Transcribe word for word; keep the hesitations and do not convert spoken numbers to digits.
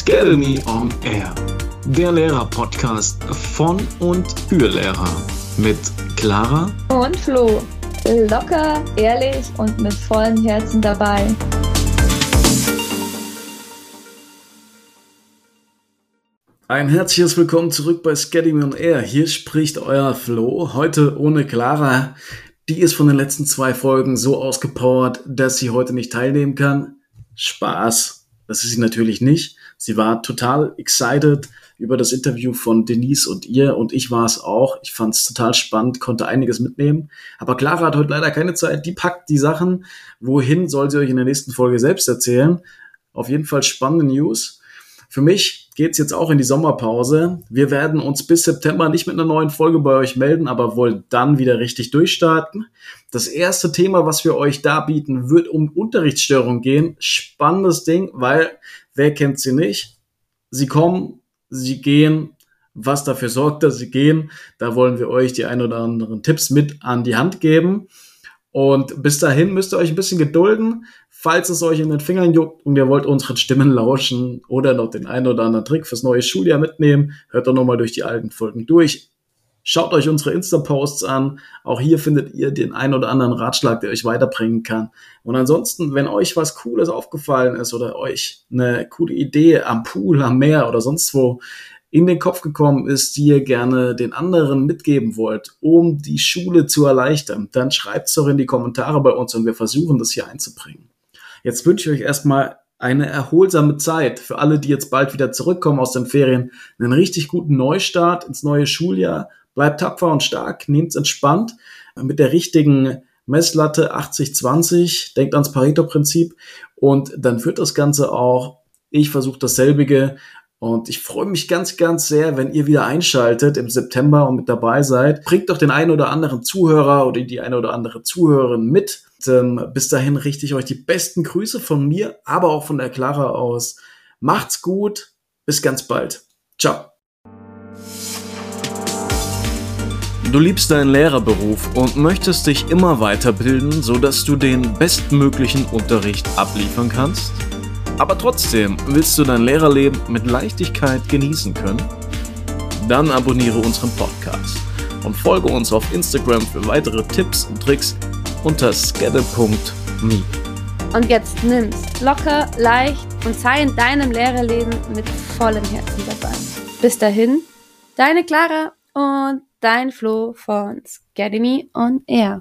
Scademy on Air, der Lehrer-Podcast von und für Lehrer mit Clara und Flo. Locker, ehrlich und mit vollem Herzen dabei. Ein herzliches Willkommen zurück bei Scademy on Air. Hier spricht euer Flo, heute ohne Clara. Die ist von den letzten zwei Folgen so ausgepowert, dass sie heute nicht teilnehmen kann. Spaß, das ist sie natürlich nicht. Sie war total excited über das Interview von Denise und ihr und ich war es auch. Ich fand es total spannend, konnte einiges mitnehmen. Aber Clara hat heute leider keine Zeit. Die packt die Sachen. Wohin soll sie euch in der nächsten Folge selbst erzählen? Auf jeden Fall spannende News. Für mich geht's jetzt auch in die Sommerpause. Wir werden uns bis September nicht mit einer neuen Folge bei euch melden, aber wollen dann wieder richtig durchstarten. Das erste Thema, was wir euch da bieten, wird um Unterrichtsstörungen gehen. Spannendes Ding, weil wer kennt sie nicht? Sie kommen, sie gehen. Was dafür sorgt, dass sie gehen, da wollen wir euch die ein oder anderen Tipps mit an die Hand geben. Und bis dahin müsst ihr euch ein bisschen gedulden. Falls es euch in den Fingern juckt und ihr wollt unseren Stimmen lauschen oder noch den einen oder anderen Trick fürs neue Schuljahr mitnehmen, hört doch nochmal durch die alten Folgen durch. Schaut euch unsere Insta-Posts an. Auch hier findet ihr den einen oder anderen Ratschlag, der euch weiterbringen kann. Und ansonsten, wenn euch was Cooles aufgefallen ist oder euch eine coole Idee am Pool, am Meer oder sonst wo in den Kopf gekommen ist, die ihr gerne den anderen mitgeben wollt, um die Schule zu erleichtern, dann schreibt es doch in die Kommentare bei uns und wir versuchen, das hier einzubringen. Jetzt wünsche ich euch erstmal eine erholsame Zeit für alle, die jetzt bald wieder zurückkommen aus den Ferien. Einen richtig guten Neustart ins neue Schuljahr. Bleibt tapfer und stark, nehmt's entspannt. Mit der richtigen Messlatte achtzig zwanzig, denkt ans Pareto-Prinzip und dann führt das Ganze auch. Ich versuche dasselbige und ich freue mich ganz, ganz sehr, wenn ihr wieder einschaltet im September und mit dabei seid. Bringt doch den einen oder anderen Zuhörer oder die eine oder andere Zuhörerin mit. Ähm, bis dahin richte ich euch die besten Grüße von mir, aber auch von der Clara aus. Macht's gut, bis ganz bald. Ciao. Du liebst deinen Lehrerberuf und möchtest dich immer weiterbilden, sodass du den bestmöglichen Unterricht abliefern kannst? Aber trotzdem willst du dein Lehrerleben mit Leichtigkeit genießen können? Dann abonniere unseren Podcast und folge uns auf Instagram für weitere Tipps und Tricks unter scadde punkt me. Und jetzt nimm's locker, leicht und sei in deinem Lehrerleben mit vollem Herzen dabei. Bis dahin, deine Clara und dein Flo von Scademy on Air.